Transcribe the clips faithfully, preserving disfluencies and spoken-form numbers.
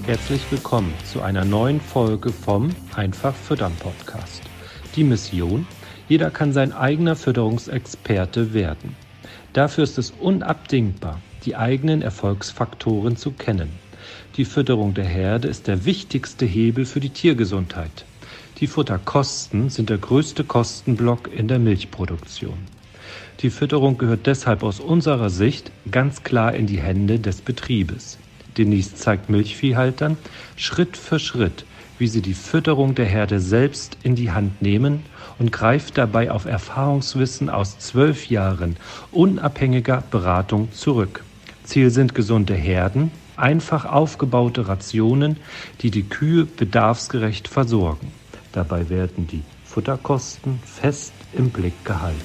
Herzlich willkommen zu einer neuen Folge vom Einfach Füttern Podcast. Die Mission: Jeder kann sein eigener Fütterungsexperte werden. Dafür ist es unabdingbar, die eigenen Erfolgsfaktoren zu kennen. Die Fütterung der Herde ist der wichtigste Hebel für die Tiergesundheit. Die Futterkosten sind der größte Kostenblock in der Milchproduktion. Die Fütterung gehört deshalb aus unserer Sicht ganz klar in die Hände des Betriebes. Denise zeigt Milchviehhaltern Schritt für Schritt, wie sie die Fütterung der Herde selbst in die Hand nehmen und greift dabei auf Erfahrungswissen aus zwölf Jahren unabhängiger Beratung zurück. Ziel sind gesunde Herden, einfach aufgebaute Rationen, die die Kühe bedarfsgerecht versorgen. Dabei werden die Futterkosten fest im Blick gehalten.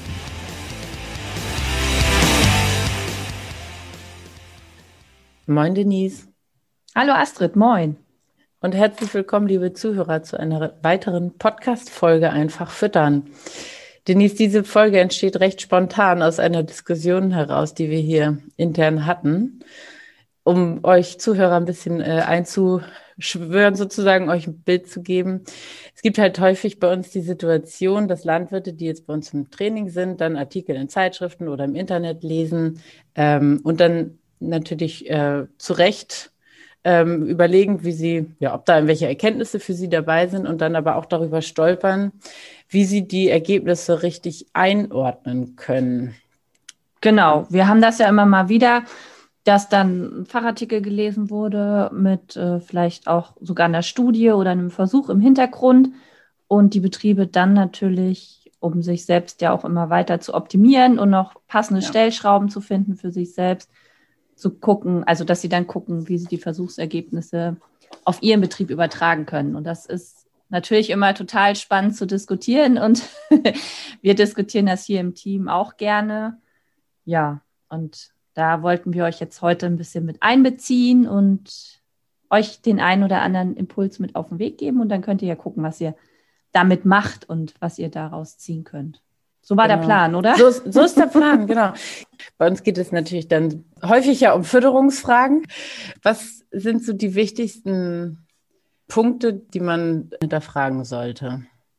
Moin Denise. Hallo Astrid, moin. Und herzlich willkommen, liebe Zuhörer, zu einer weiteren Podcast-Folge Einfach Füttern. Denise, diese Folge entsteht recht spontan aus einer Diskussion heraus, die wir hier intern hatten, um euch Zuhörer ein bisschen äh, einzuschwören, sozusagen euch ein Bild zu geben. Es gibt halt häufig bei uns die Situation, dass Landwirte, die jetzt bei uns im Training sind, dann Artikel in Zeitschriften oder im Internet lesen ähm, und dann natürlich äh, zu Recht ähm, überlegen, wie sie, ja, ob da irgendwelche Erkenntnisse für sie dabei sind und dann aber auch darüber stolpern, wie sie die Ergebnisse richtig einordnen können. Genau, wir haben das ja immer mal wieder, dass dann ein Fachartikel gelesen wurde mit äh, vielleicht auch sogar einer Studie oder einem Versuch im Hintergrund und die Betriebe dann natürlich, um sich selbst ja auch immer weiter zu optimieren und noch passende ja. Stellschrauben zu finden für sich selbst, zu gucken, also dass sie dann gucken, wie sie die Versuchsergebnisse auf ihren Betrieb übertragen können. Und das ist natürlich immer total spannend zu diskutieren und wir diskutieren das hier im Team auch gerne. Ja, und da wollten wir euch jetzt heute ein bisschen mit einbeziehen und euch den einen oder anderen Impuls mit auf den Weg geben und dann könnt ihr ja gucken, was ihr damit macht und was ihr daraus ziehen könnt. So war genau. der Plan, oder? So, so ist der Plan, genau. Bei uns geht es natürlich dann häufig ja um Fütterungsfragen. Was sind so die wichtigsten Punkte, die man hinterfragen sollte?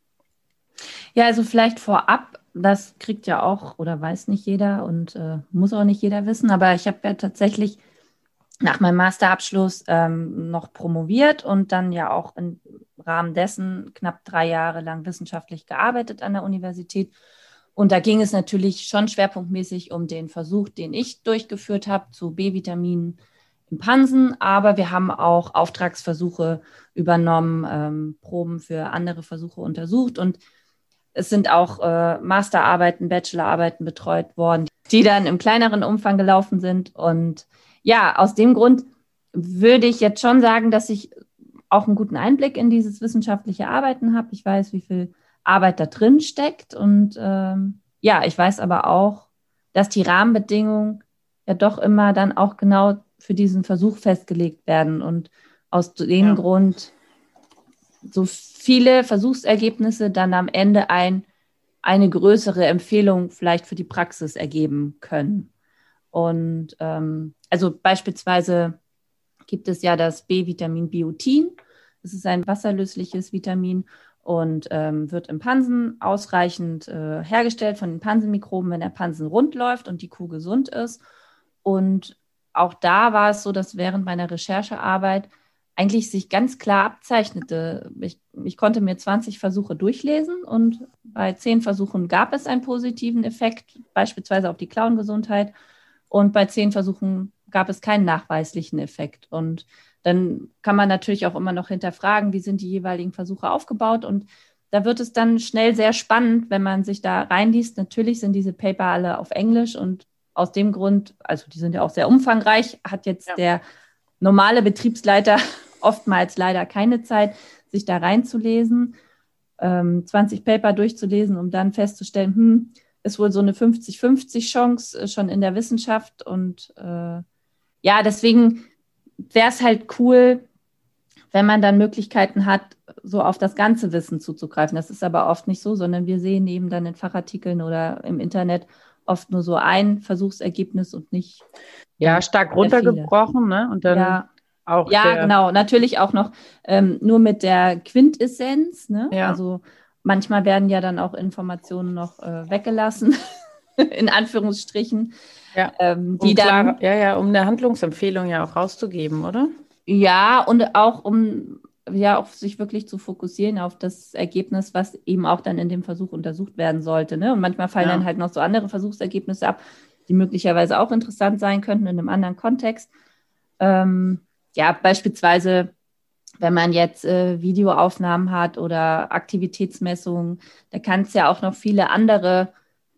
Ja, also vielleicht vorab, das kriegt ja auch oder weiß nicht jeder und äh, muss auch nicht jeder wissen, aber ich habe ja tatsächlich nach meinem Masterabschluss ähm, noch promoviert und dann ja auch im Rahmen dessen knapp drei Jahre lang wissenschaftlich gearbeitet an der Universität. Und da ging es natürlich schon schwerpunktmäßig um den Versuch, den ich durchgeführt habe zu B-Vitaminen im Pansen. Aber wir haben auch Auftragsversuche übernommen, ähm, Proben für andere Versuche untersucht. Und es sind auch äh, Masterarbeiten, Bachelorarbeiten betreut worden, die dann im kleineren Umfang gelaufen sind. Und ja, aus dem Grund würde ich jetzt schon sagen, dass ich auch einen guten Einblick in dieses wissenschaftliche Arbeiten habe. Ich weiß, wie viel Arbeit da drin steckt. Und ähm, ja, ich weiß aber auch, dass die Rahmenbedingungen ja doch immer dann auch genau für diesen Versuch festgelegt werden. Und aus dem ja. Grund so viele Versuchsergebnisse dann am Ende ein, eine größere Empfehlung vielleicht für die Praxis ergeben können. Und ähm, also beispielsweise gibt es ja das B-Vitamin Biotin. Das ist ein wasserlösliches Vitamin und ähm, wird im Pansen ausreichend äh, hergestellt von den Pansenmikroben, wenn der Pansen rund läuft und die Kuh gesund ist. Und auch da war es so, dass während meiner Recherchearbeit eigentlich sich ganz klar abzeichnete. Ich, ich konnte mir zwanzig Versuche durchlesen und bei zehn Versuchen gab es einen positiven Effekt, beispielsweise auf die Klauengesundheit. Und bei zehn Versuchen gab es keinen nachweislichen Effekt. Und dann kann man natürlich auch immer noch hinterfragen, wie sind die jeweiligen Versuche aufgebaut. Und da wird es dann schnell sehr spannend, wenn man sich da reinliest. Natürlich sind diese Paper alle auf Englisch und aus dem Grund, also die sind ja auch sehr umfangreich, hat jetzt ja. der normale Betriebsleiter oftmals leider keine Zeit, sich da reinzulesen, ähm, zwanzig Paper durchzulesen, um dann festzustellen, hm, ist wohl so eine fünfzig fünfzig Chance schon in der Wissenschaft. Und äh, ja, deswegen wäre es halt cool, wenn man dann Möglichkeiten hat, so auf das ganze Wissen zuzugreifen. Das ist aber oft nicht so, sondern wir sehen eben dann in Fachartikeln oder im Internet oft nur so ein Versuchsergebnis und nicht. Ja, stark runtergebrochen, ne? Und dann ja. auch ja, sehr, genau, natürlich auch noch ähm, nur mit der Quintessenz, ne? Ja. Also manchmal werden ja dann auch Informationen noch äh, weggelassen, in Anführungsstrichen, ja, ähm, die um dann, klar, ja, ja, um eine Handlungsempfehlung ja auch rauszugeben, oder? ja, und auch um ja auf sich wirklich zu fokussieren auf das Ergebnis, was eben auch dann in dem Versuch untersucht werden sollte, ne? Und manchmal fallen Ja. dann halt noch so andere Versuchsergebnisse ab, die möglicherweise auch interessant sein könnten in einem anderen Kontext. Ähm, ja, beispielsweise, wenn man jetzt äh, Videoaufnahmen hat oder Aktivitätsmessungen, da kann es ja auch noch viele andere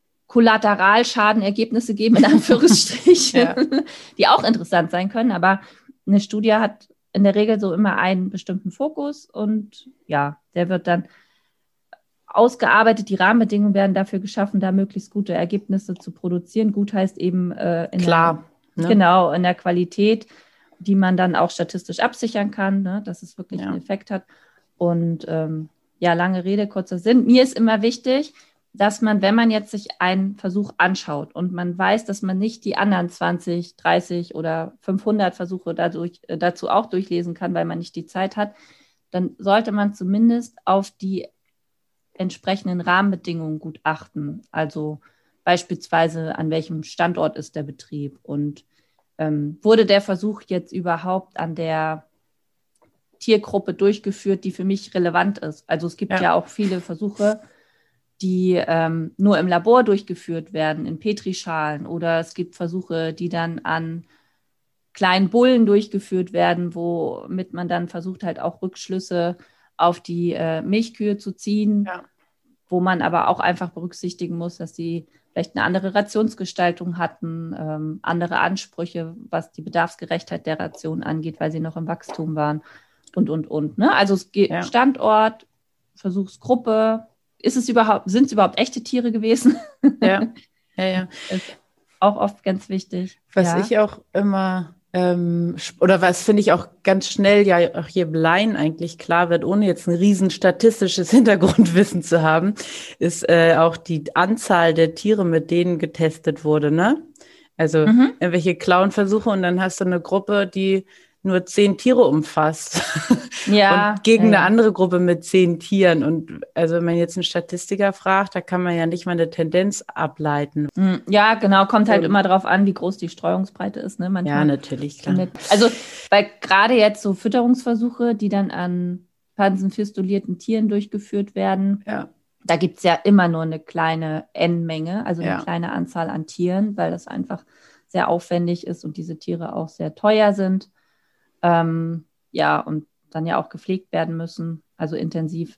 Kollateralschadenergebnisse geben, in Anführungsstrichen, Ja. die auch interessant sein können. Aber eine Studie hat in der Regel so immer einen bestimmten Fokus und ja, der wird dann ausgearbeitet. Die Rahmenbedingungen werden dafür geschaffen, da möglichst gute Ergebnisse zu produzieren. Gut heißt eben äh, in Klar, der, ne? genau, in der Qualität, die man dann auch statistisch absichern kann, ne, dass es wirklich Ja. einen Effekt hat. Und ähm, ja, lange Rede, kurzer Sinn. Mir ist immer wichtig, dass man, wenn man jetzt sich einen Versuch anschaut und man weiß, dass man nicht die anderen zwanzig, dreißig oder fünfhundert Versuche dadurch, äh, dazu auch durchlesen kann, weil man nicht die Zeit hat, dann sollte man zumindest auf die entsprechenden Rahmenbedingungen gut achten. Also beispielsweise, an welchem Standort ist der Betrieb und ähm, wurde der Versuch jetzt überhaupt an der Tiergruppe durchgeführt, die für mich relevant ist. Also es gibt ja, Ja. auch viele Versuche, die ähm, nur im Labor durchgeführt werden, in Petrischalen, oder es gibt Versuche, die dann an kleinen Bullen durchgeführt werden, womit man dann versucht halt auch Rückschlüsse auf die äh, Milchkühe zu ziehen, Ja. wo man aber auch einfach berücksichtigen muss, dass sie vielleicht eine andere Rationsgestaltung hatten, ähm, andere Ansprüche, was die Bedarfsgerechtheit der Ration angeht, weil sie noch im Wachstum waren und, und, und. Ne? Also es geht Ja. Standort, Versuchsgruppe, ist es überhaupt, sind es überhaupt echte Tiere gewesen? Ja, ja, ja. Ist auch oft ganz wichtig. Was ja. ich auch immer, ähm, sp- oder was finde ich auch ganz schnell ja auch jedem Laien eigentlich klar wird, ohne jetzt ein riesen statistisches Hintergrundwissen zu haben, ist äh, auch die Anzahl der Tiere, mit denen getestet wurde, ne? Also Mhm. irgendwelche Clown-Versuche und dann hast du eine Gruppe, die nur zehn Tiere umfasst Ja, und gegen ja, eine ja. andere Gruppe mit zehn Tieren. Und also wenn man jetzt einen Statistiker fragt, da kann man ja nicht mal eine Tendenz ableiten. Hm, ja, genau, kommt halt Und- immer darauf an, wie groß die Streuungsbreite ist. Ne? Ja, Manchmal natürlich, klar. findet, also, weil gerade jetzt so Fütterungsversuche, die dann an pansenfistulierten Tieren durchgeführt werden, Ja, da gibt es ja immer nur eine kleine N-Menge, also eine Ja. kleine Anzahl an Tieren, weil das einfach sehr aufwendig ist und diese Tiere auch sehr teuer sind. Ähm, ja, und dann ja auch gepflegt werden müssen, also intensiv.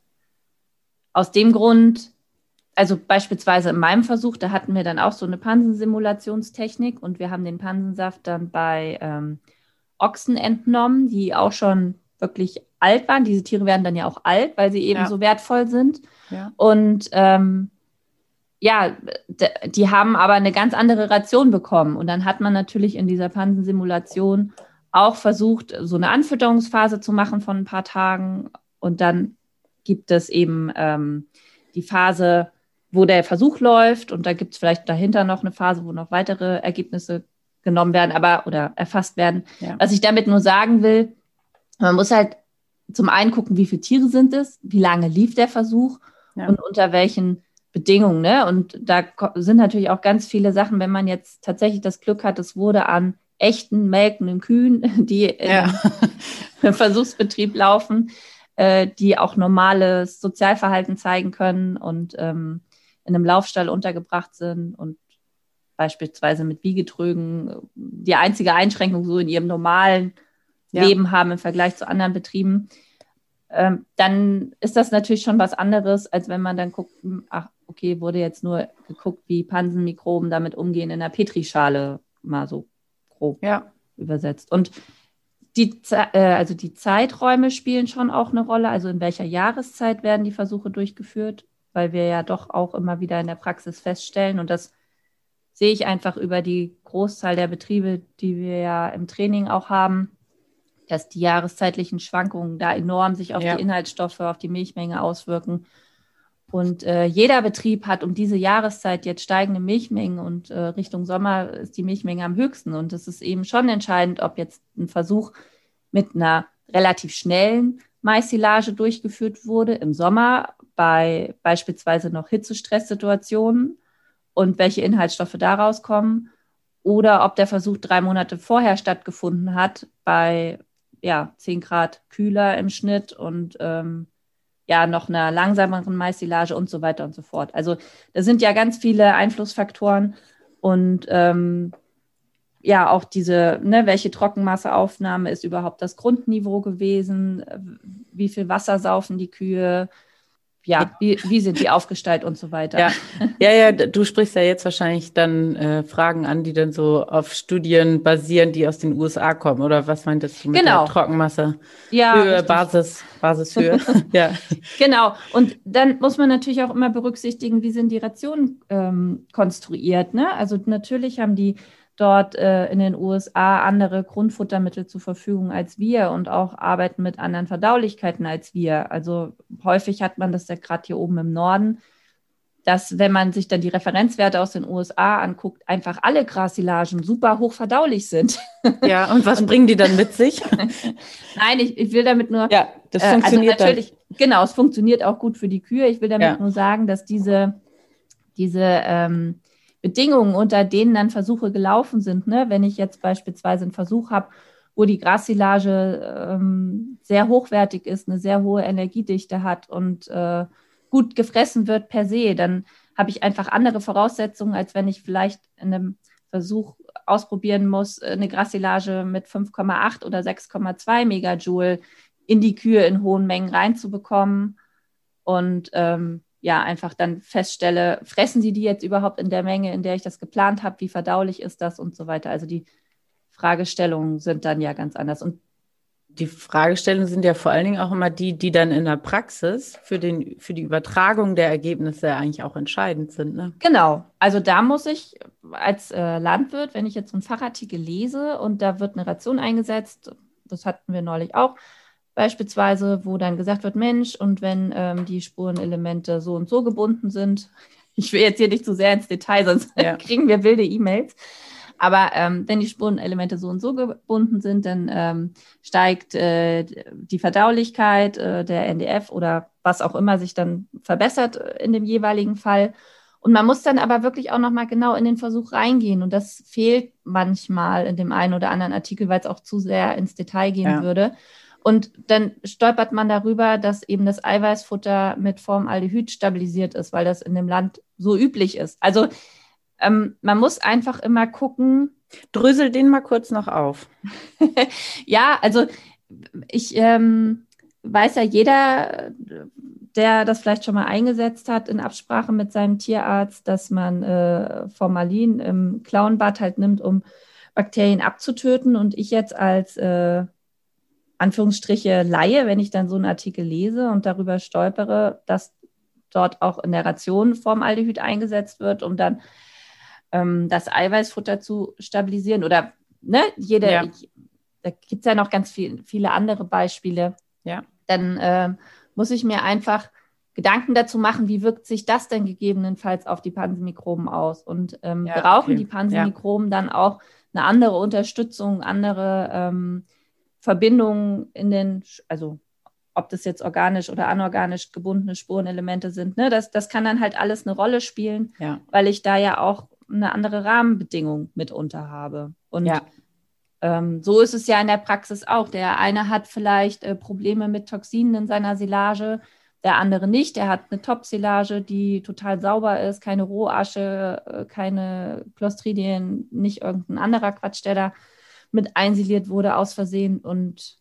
Aus dem Grund, also beispielsweise in meinem Versuch, da hatten wir dann auch so eine Pansensimulationstechnik und wir haben den Pansensaft dann bei ähm, Ochsen entnommen, die auch schon wirklich alt waren. Diese Tiere werden dann ja auch alt, weil sie eben Ja. so wertvoll sind. ja, Und ähm, ja, d- die haben aber eine ganz andere Ration bekommen. Und dann hat man natürlich in dieser Pansensimulation auch versucht, so eine Anfütterungsphase zu machen von ein paar Tagen. Und dann gibt es eben ähm, die Phase, wo der Versuch läuft. Und da gibt es vielleicht dahinter noch eine Phase, wo noch weitere Ergebnisse genommen werden, aber oder erfasst werden. Ja. Was ich damit nur sagen will, man muss halt zum einen gucken, wie viele Tiere sind es, wie lange lief der Versuch Ja. und unter welchen Bedingungen. Ne? Und da ko- sind natürlich auch ganz viele Sachen, wenn man jetzt tatsächlich das Glück hat, es wurde an echten melkenden Kühen, die in Ja. einem Versuchsbetrieb laufen, äh, die auch normales Sozialverhalten zeigen können und ähm, in einem Laufstall untergebracht sind und beispielsweise mit Wiegetrögen die einzige Einschränkung so in ihrem normalen Ja. Leben haben im Vergleich zu anderen Betrieben, ähm, dann ist das natürlich schon was anderes, als wenn man dann guckt, hm, ach, okay, wurde jetzt nur geguckt, wie Pansenmikroben damit umgehen in der Petrischale, mal so grob Ja. übersetzt. Und die, Ze- äh, also die Zeiträume spielen schon auch eine Rolle, also in welcher Jahreszeit werden die Versuche durchgeführt, weil wir ja doch auch immer wieder in der Praxis feststellen, und das sehe ich einfach über die Großzahl der Betriebe, die wir ja im Training auch haben, dass die jahreszeitlichen Schwankungen da enorm sich auf Ja. die Inhaltsstoffe, auf die Milchmenge auswirken. Und äh, jeder Betrieb hat um diese Jahreszeit jetzt steigende Milchmengen und äh, Richtung Sommer ist die Milchmenge am höchsten. Und es ist eben schon entscheidend, ob jetzt ein Versuch mit einer relativ schnellen Mais-Silage durchgeführt wurde im Sommer bei beispielsweise noch Hitzestresssituationen und welche Inhaltsstoffe daraus kommen, oder ob der Versuch drei Monate vorher stattgefunden hat bei ja, zehn Grad kühler im Schnitt und ähm, ja, noch einer langsameren Mais-Silage und so weiter und so fort. Also da sind ja ganz viele Einflussfaktoren und ähm, ja, auch diese, ne, welche Trockenmasseaufnahme ist überhaupt das Grundniveau gewesen, wie viel Wasser saufen die Kühe, ja, wie, wie sind die aufgestellt und so weiter. Ja, ja, ja, du sprichst ja jetzt wahrscheinlich dann äh, Fragen an, die dann so auf Studien basieren, die aus den U S A kommen, oder was meintest du mit Genau. der Trockenmasse? Ja, Höhe, richtig. Basis, Basishöhe. Ja. Genau. Und dann muss man natürlich auch immer berücksichtigen, wie sind die Rationen ähm, konstruiert, ne? Also natürlich haben die dort äh, in den U S A andere Grundfuttermittel zur Verfügung als wir und auch arbeiten mit anderen Verdaulichkeiten als wir. Also häufig hat man das ja gerade hier oben im Norden, dass, wenn man sich dann die Referenzwerte aus den U S A anguckt, einfach alle Grassilagen super hoch verdaulich sind. Ja, und was und, bringen die dann mit sich? Nein, ich, ich will damit nur... Ja, das funktioniert also natürlich, dann. Genau, es funktioniert auch gut für die Kühe. Ich will damit ja. nur sagen, dass diese, diese ähm, Bedingungen, unter denen dann Versuche gelaufen sind, ne? Wenn ich jetzt beispielsweise einen Versuch habe, wo die Grassilage ähm, sehr hochwertig ist, eine sehr hohe Energiedichte hat und äh, gut gefressen wird per se, dann habe ich einfach andere Voraussetzungen, als wenn ich vielleicht in einem Versuch ausprobieren muss, eine Grassilage mit fünf Komma acht oder sechs Komma zwei Megajoule in die Kühe in hohen Mengen reinzubekommen und ähm, ja, einfach dann feststelle, fressen sie die jetzt überhaupt in der Menge, in der ich das geplant habe, wie verdaulich ist das und so weiter. Also die Fragestellungen sind dann ja ganz anders. Und die Fragestellungen sind ja vor allen Dingen auch immer die, die dann in der Praxis für den, für die Übertragung der Ergebnisse eigentlich auch entscheidend sind, ne? Genau. Also da muss ich als äh, Landwirt, wenn ich jetzt einen Fachartikel lese und da wird eine Ration eingesetzt, das hatten wir neulich auch, beispielsweise, wo dann gesagt wird, Mensch, und wenn ähm, die Spurenelemente so und so gebunden sind, ich will jetzt hier nicht zu sehr ins Detail, sonst ja. kriegen wir wilde E-Mails, aber ähm, wenn die Spurenelemente so und so gebunden sind, dann ähm, steigt äh, die Verdaulichkeit, äh, der N D F oder was auch immer sich dann verbessert in dem jeweiligen Fall. Und man muss dann aber wirklich auch nochmal genau in den Versuch reingehen. Und das fehlt manchmal in dem einen oder anderen Artikel, weil es auch zu sehr ins Detail gehen ja. würde. Und dann stolpert man darüber, dass eben das Eiweißfutter mit Formaldehyd stabilisiert ist, weil das in dem Land so üblich ist. Also ähm, man muss einfach immer gucken. Drösel den mal kurz noch auf. Ja, also ich ähm, weiß ja, jeder, der das vielleicht schon mal eingesetzt hat, in Absprache mit seinem Tierarzt, dass man äh, Formalin im Klauenbad halt nimmt, um Bakterien abzutöten. Und ich jetzt als äh, Anführungsstriche Laie, wenn ich dann so einen Artikel lese und darüber stolpere, dass dort auch in der Ration Formaldehyd eingesetzt wird, um dann ähm, das Eiweißfutter zu stabilisieren. Oder ne, jede, ja. ich, da gibt es ja noch ganz viel, viele andere Beispiele. Ja. Dann äh, muss ich mir einfach Gedanken dazu machen, wie wirkt sich das denn gegebenenfalls auf die Pansenmikroben aus? Und ähm, ja, brauchen okay. die Pansenmikroben ja. dann auch eine andere Unterstützung, andere ähm, Verbindungen in den, also ob das jetzt organisch oder anorganisch gebundene Spurenelemente sind, ne, das, das kann dann halt alles eine Rolle spielen, ja. weil ich da ja auch eine andere Rahmenbedingung mitunter habe. Und ja. ähm, so ist es ja in der Praxis auch. Der eine hat vielleicht äh, Probleme mit Toxinen in seiner Silage, der andere nicht. Der hat eine Top-Silage, die total sauber ist, keine Rohasche, äh, keine Clostridien, nicht irgendein anderer Quatsch, der da mit einsiliert wurde aus Versehen und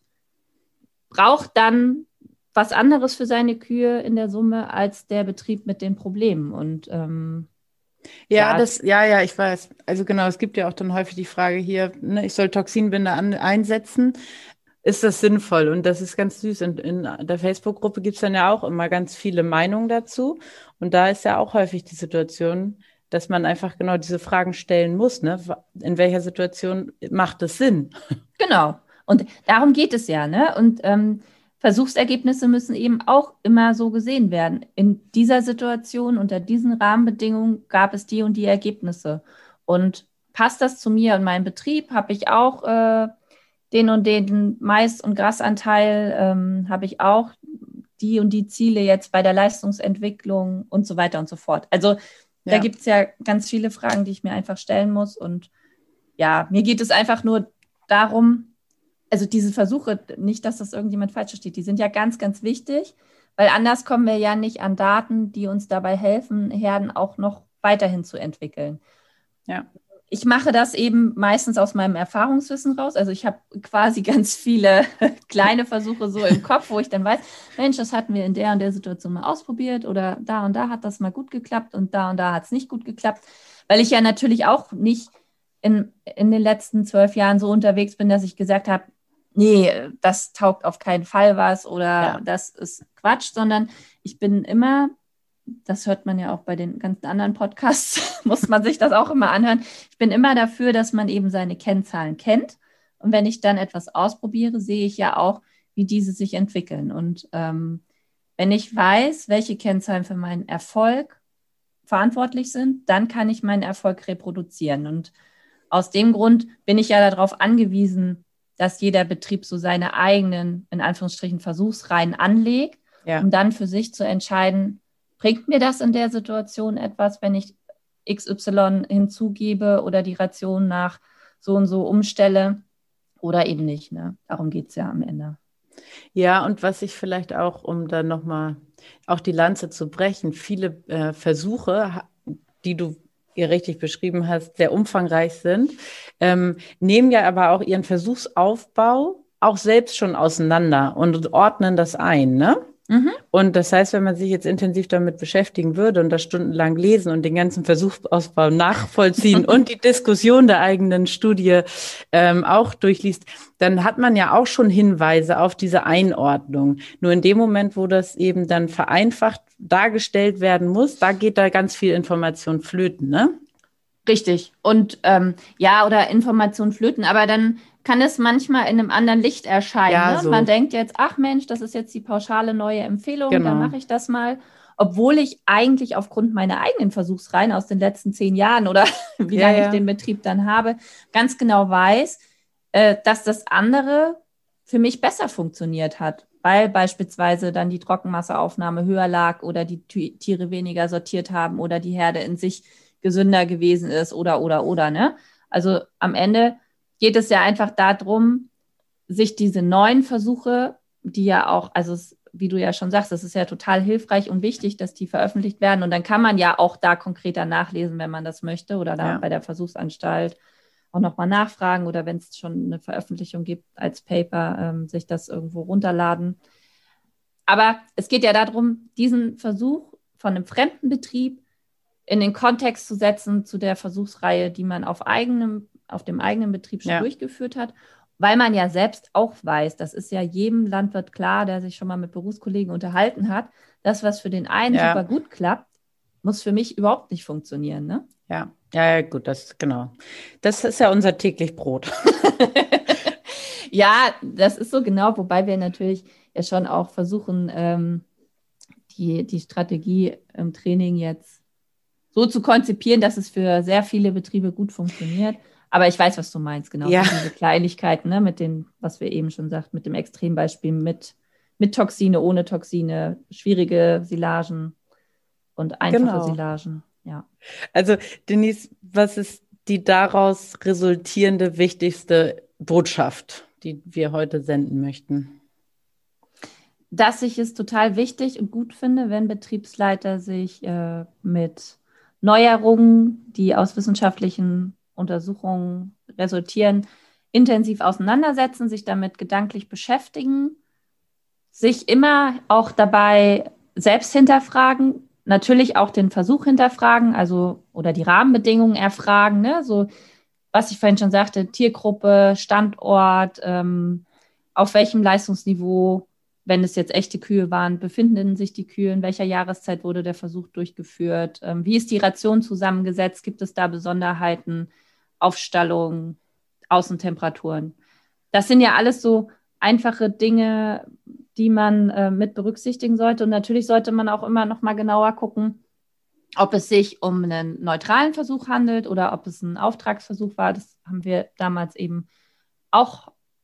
braucht dann was anderes für seine Kühe in der Summe als der Betrieb mit den Problemen. Und ähm, ja, ja, das, ja, ja, ich weiß. Also genau, es gibt ja auch dann häufig die Frage hier, ne, ich soll Toxinbinder an, einsetzen. Ist das sinnvoll? Und das ist ganz süß. Und in der Facebook-Gruppe gibt es dann ja auch immer ganz viele Meinungen dazu. Und da ist ja auch häufig die Situation, dass man einfach genau diese Fragen stellen muss, ne? In welcher Situation macht es Sinn? Genau. Und darum geht es ja, ne? Und ähm, Versuchsergebnisse müssen eben auch immer so gesehen werden. In dieser Situation, unter diesen Rahmenbedingungen gab es die und die Ergebnisse. Und passt das zu mir und meinem Betrieb? Habe ich auch äh, den und den Mais- und Grasanteil ähm, habe ich auch, die und die Ziele jetzt bei der Leistungsentwicklung und so weiter und so fort. Also da Ja. gibt es ja ganz viele Fragen, die ich mir einfach stellen muss. Und ja, mir geht es einfach nur darum, also diese Versuche, nicht, dass das irgendjemand falsch versteht, die sind ja ganz, ganz wichtig, weil anders kommen wir ja nicht an Daten, die uns dabei helfen, Herden auch noch weiterhin zu entwickeln. Ja. Ich mache das eben meistens aus meinem Erfahrungswissen raus. Also ich habe quasi ganz viele kleine Versuche so im Kopf, wo ich dann weiß, Mensch, das hatten wir in der und der Situation mal ausprobiert oder da und da hat das mal gut geklappt und da und da hat es nicht gut geklappt, weil ich ja natürlich auch nicht in, in den letzten zwölf Jahren so unterwegs bin, dass ich gesagt habe, nee, das taugt auf keinen Fall was oder Ja. das ist Quatsch, sondern ich bin immer, das hört man ja auch bei den ganzen anderen Podcasts, muss man sich das auch immer anhören. Ich bin immer dafür, dass man eben seine Kennzahlen kennt. Und wenn ich dann etwas ausprobiere, sehe ich ja auch, wie diese sich entwickeln. Und ähm, wenn ich weiß, welche Kennzahlen für meinen Erfolg verantwortlich sind, dann kann ich meinen Erfolg reproduzieren. Und aus dem Grund bin ich ja darauf angewiesen, dass jeder Betrieb so seine eigenen, in Anführungsstrichen, Versuchsreihen anlegt, Ja. um dann für sich zu entscheiden, bringt mir das in der Situation etwas, wenn ich X Y hinzugebe oder die Ration nach so und so umstelle oder eben nicht. Ne? Darum geht es ja am Ende. Ja, und was ich vielleicht auch, um dann nochmal auch die Lanze zu brechen, viele äh, Versuche, ha- die du ihr richtig beschrieben hast, sehr umfangreich sind, ähm, nehmen ja aber auch ihren Versuchsaufbau auch selbst schon auseinander und ordnen das ein, ne? Mhm. Und das heißt, wenn man sich jetzt intensiv damit beschäftigen würde und das stundenlang lesen und den ganzen Versuchsausbau nachvollziehen und die Diskussion der eigenen Studie ähm, auch durchliest, dann hat man ja auch schon Hinweise auf diese Einordnung. Nur in dem Moment, wo das eben dann vereinfacht dargestellt werden muss, da geht da ganz viel Information flöten, ne? Richtig. Und ähm, ja, oder Information flöten, aber dann kann es manchmal in einem anderen Licht erscheinen. Ja, Ne? Und so. man denkt jetzt, ach Mensch, das ist jetzt die pauschale neue Empfehlung, Genau. dann mache ich das mal. Obwohl ich eigentlich aufgrund meiner eigenen Versuchsreihen aus den letzten zehn Jahren oder wie Ja, lange ja. ich den Betrieb dann habe, ganz genau weiß, äh, dass das andere für mich besser funktioniert hat, weil beispielsweise dann die Trockenmasseaufnahme höher lag oder die T- Tiere weniger sortiert haben oder die Herde in sich gesünder gewesen ist oder, oder, oder, ne? Also am Ende geht es ja einfach darum, sich diese neuen Versuche, die ja auch, also es, wie du ja schon sagst, es ist ja total hilfreich und wichtig, dass die veröffentlicht werden. Und dann kann man ja auch da konkreter nachlesen, wenn man das möchte, oder da Ja. bei der Versuchsanstalt auch nochmal nachfragen oder wenn es schon eine Veröffentlichung gibt als Paper, ähm, sich das irgendwo runterladen. Aber es geht ja darum, diesen Versuch von einem fremden Betrieb in den Kontext zu setzen zu der Versuchsreihe, die man auf eigenem, auf dem eigenen Betrieb schon Ja. durchgeführt hat, weil man ja selbst auch weiß, das ist ja jedem Landwirt klar, der sich schon mal mit Berufskollegen unterhalten hat, das, was für den einen Ja. super gut klappt, muss für mich überhaupt nicht funktionieren, ne? Ja, ja, ja, gut, das genau. Das ist ja unser täglich Brot. Ja, das ist so genau, wobei wir natürlich ja schon auch versuchen, ähm, die, die Strategie im Training jetzt so zu konzipieren, dass es für sehr viele Betriebe gut funktioniert. Aber ich weiß, was du meinst, genau. Ja. So diese Kleinigkeiten, ne, mit dem, was wir eben schon sagten, mit dem Extrembeispiel mit, mit Toxine, ohne Toxine, schwierige Silagen und einfache Genau. Silagen. Ja. Also, Denise, was ist die daraus resultierende wichtigste Botschaft, die wir heute senden möchten? Dass ich es total wichtig und gut finde, wenn Betriebsleiter sich äh, mit Neuerungen, die aus wissenschaftlichen Untersuchungen resultieren, intensiv auseinandersetzen, sich damit gedanklich beschäftigen, sich immer auch dabei selbst hinterfragen, natürlich auch den Versuch hinterfragen, also oder die Rahmenbedingungen erfragen, ne? So was ich vorhin schon sagte, Tiergruppe, Standort, ähm, auf welchem Leistungsniveau, wenn es jetzt echte Kühe waren, befinden sich die Kühe, in welcher Jahreszeit wurde der Versuch durchgeführt, ähm, wie ist die Ration zusammengesetzt, gibt es da Besonderheiten, Aufstallung, Außentemperaturen. Das sind ja alles so einfache Dinge, die man äh, mit berücksichtigen sollte. Und natürlich sollte man auch immer noch mal genauer gucken, ob es sich um einen neutralen Versuch handelt oder ob es ein Auftragsversuch war. Das haben wir damals eben auch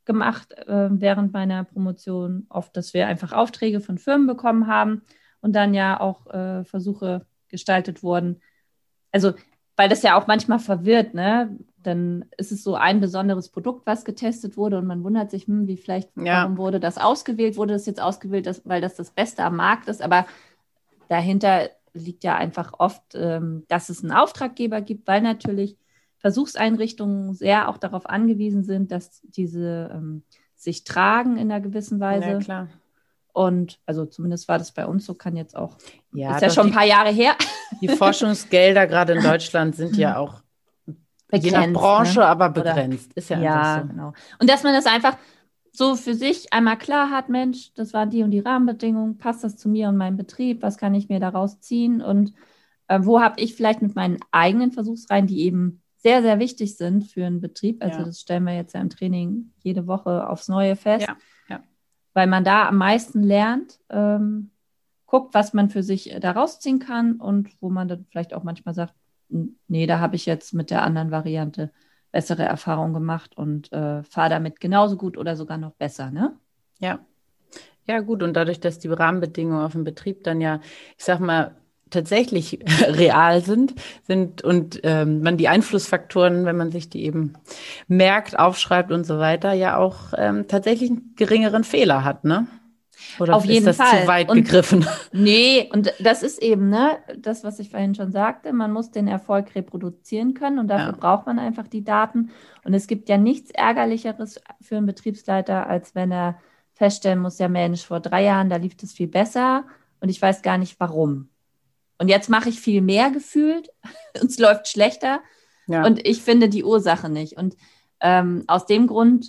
gemacht äh, während meiner Promotion, oft, dass wir einfach Aufträge von Firmen bekommen haben und dann ja auch äh, Versuche gestaltet wurden. Also, weil das ja auch manchmal verwirrt, ne? Dann ist es so ein besonderes Produkt, was getestet wurde und man wundert sich, hm, wie vielleicht, Ja. warum wurde das ausgewählt? Wurde das jetzt ausgewählt, dass, weil das das Beste am Markt ist? Aber dahinter liegt ja einfach oft, ähm, dass es einen Auftraggeber gibt, weil natürlich Versuchseinrichtungen sehr auch darauf angewiesen sind, dass diese ähm, sich tragen in einer gewissen Weise. Ja, klar. Und also zumindest war das bei uns so, kann jetzt auch, Ja, ist ja doch, schon ein die, paar Jahre her. die Forschungsgelder gerade in Deutschland sind ja auch je nach Begrenzt, Branche, ne? aber Oder- begrenzt. Ist ja, Ja, einfach so. genau. Und dass man das einfach so für sich einmal klar hat, Mensch, das waren die und die Rahmenbedingungen, passt das zu mir und meinem Betrieb, was kann ich mir daraus ziehen und äh, wo habe ich vielleicht mit meinen eigenen Versuchsreihen, die eben sehr, sehr wichtig sind für einen Betrieb, also Ja. das stellen wir jetzt ja im Training jede Woche aufs Neue fest, Ja, ja. weil man da am meisten lernt, ähm, guckt, was man für sich da rausziehen kann und wo man dann vielleicht auch manchmal sagt, nee, da habe ich jetzt mit der anderen Variante bessere Erfahrungen gemacht und äh, fahre damit genauso gut oder sogar noch besser, ne? Ja. Ja, gut. Und dadurch, dass die Rahmenbedingungen auf dem Betrieb dann ja, ich sag mal, tatsächlich real sind, sind und ähm, man die Einflussfaktoren, wenn man sich die eben merkt, aufschreibt und so weiter, ja auch ähm, tatsächlich einen geringeren Fehler hat, ne? Oder Auf jeden ist das Fall. zu weit Und- gegriffen? Nee, und das ist eben, ne, das, was ich vorhin schon sagte, man muss den Erfolg reproduzieren können und dafür Ja. braucht man einfach die Daten. Und es gibt ja nichts Ärgerlicheres für einen Betriebsleiter, als wenn er feststellen muss, ja Mensch, vor drei Jahren, da lief es viel besser und ich weiß gar nicht warum. Und jetzt mache ich viel mehr gefühlt und es läuft schlechter Ja. und ich finde die Ursache nicht. Und ähm, aus dem Grund,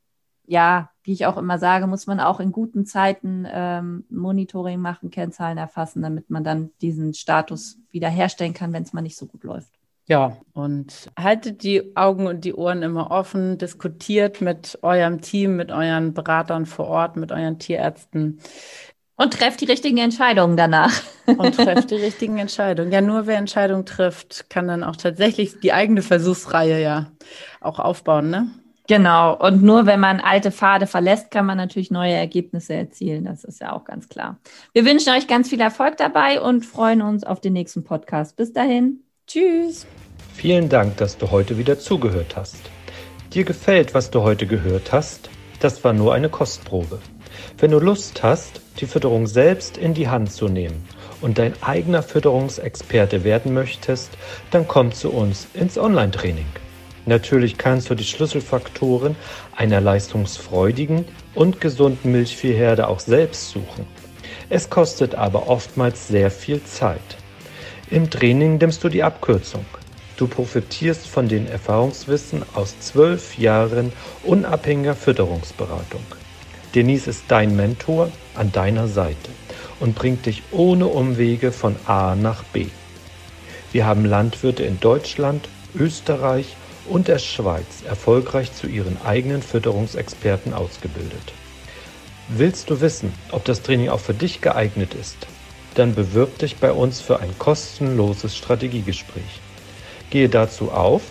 ja, wie ich auch immer sage, muss man auch in guten Zeiten ähm, Monitoring machen, Kennzahlen erfassen, damit man dann diesen Status wiederherstellen kann, wenn es mal nicht so gut läuft. Ja, und haltet die Augen und die Ohren immer offen, diskutiert mit eurem Team, mit euren Beratern vor Ort, mit euren Tierärzten Und trefft die richtigen Entscheidungen danach. und trefft die richtigen Entscheidungen. Ja, nur wer Entscheidungen trifft, kann dann auch tatsächlich die eigene Versuchsreihe ja auch aufbauen, ne? Genau. Und nur wenn man alte Pfade verlässt, kann man natürlich neue Ergebnisse erzielen. Das ist ja auch ganz klar. Wir wünschen euch ganz viel Erfolg dabei und freuen uns auf den nächsten Podcast. Bis dahin. Tschüss. Vielen Dank, dass du heute wieder zugehört hast. Dir gefällt, was du heute gehört hast? Das war nur eine Kostprobe. Wenn du Lust hast, die Fütterung selbst in die Hand zu nehmen und dein eigener Fütterungsexperte werden möchtest, dann komm zu uns ins Online-Training. Natürlich kannst du die Schlüsselfaktoren einer leistungsfreudigen und gesunden Milchviehherde auch selbst suchen. Es kostet aber oftmals sehr viel Zeit. Im Training nimmst du die Abkürzung. Du profitierst von den Erfahrungswissen aus zwölf Jahren unabhängiger Fütterungsberatung. Denise ist dein Mentor an deiner Seite und bringt dich ohne Umwege von A nach B. Wir haben Landwirte in Deutschland, Österreich und der Schweiz erfolgreich zu ihren eigenen Fütterungsexperten ausgebildet. Willst du wissen, ob das Training auch für dich geeignet ist? Dann bewirb dich bei uns für ein kostenloses Strategiegespräch. Gehe dazu auf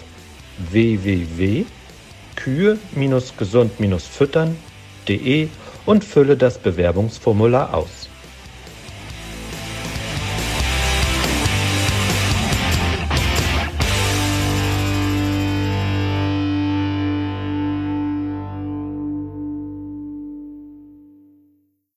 w w w punkt kühe gesund füttern punkt de und fülle das Bewerbungsformular aus.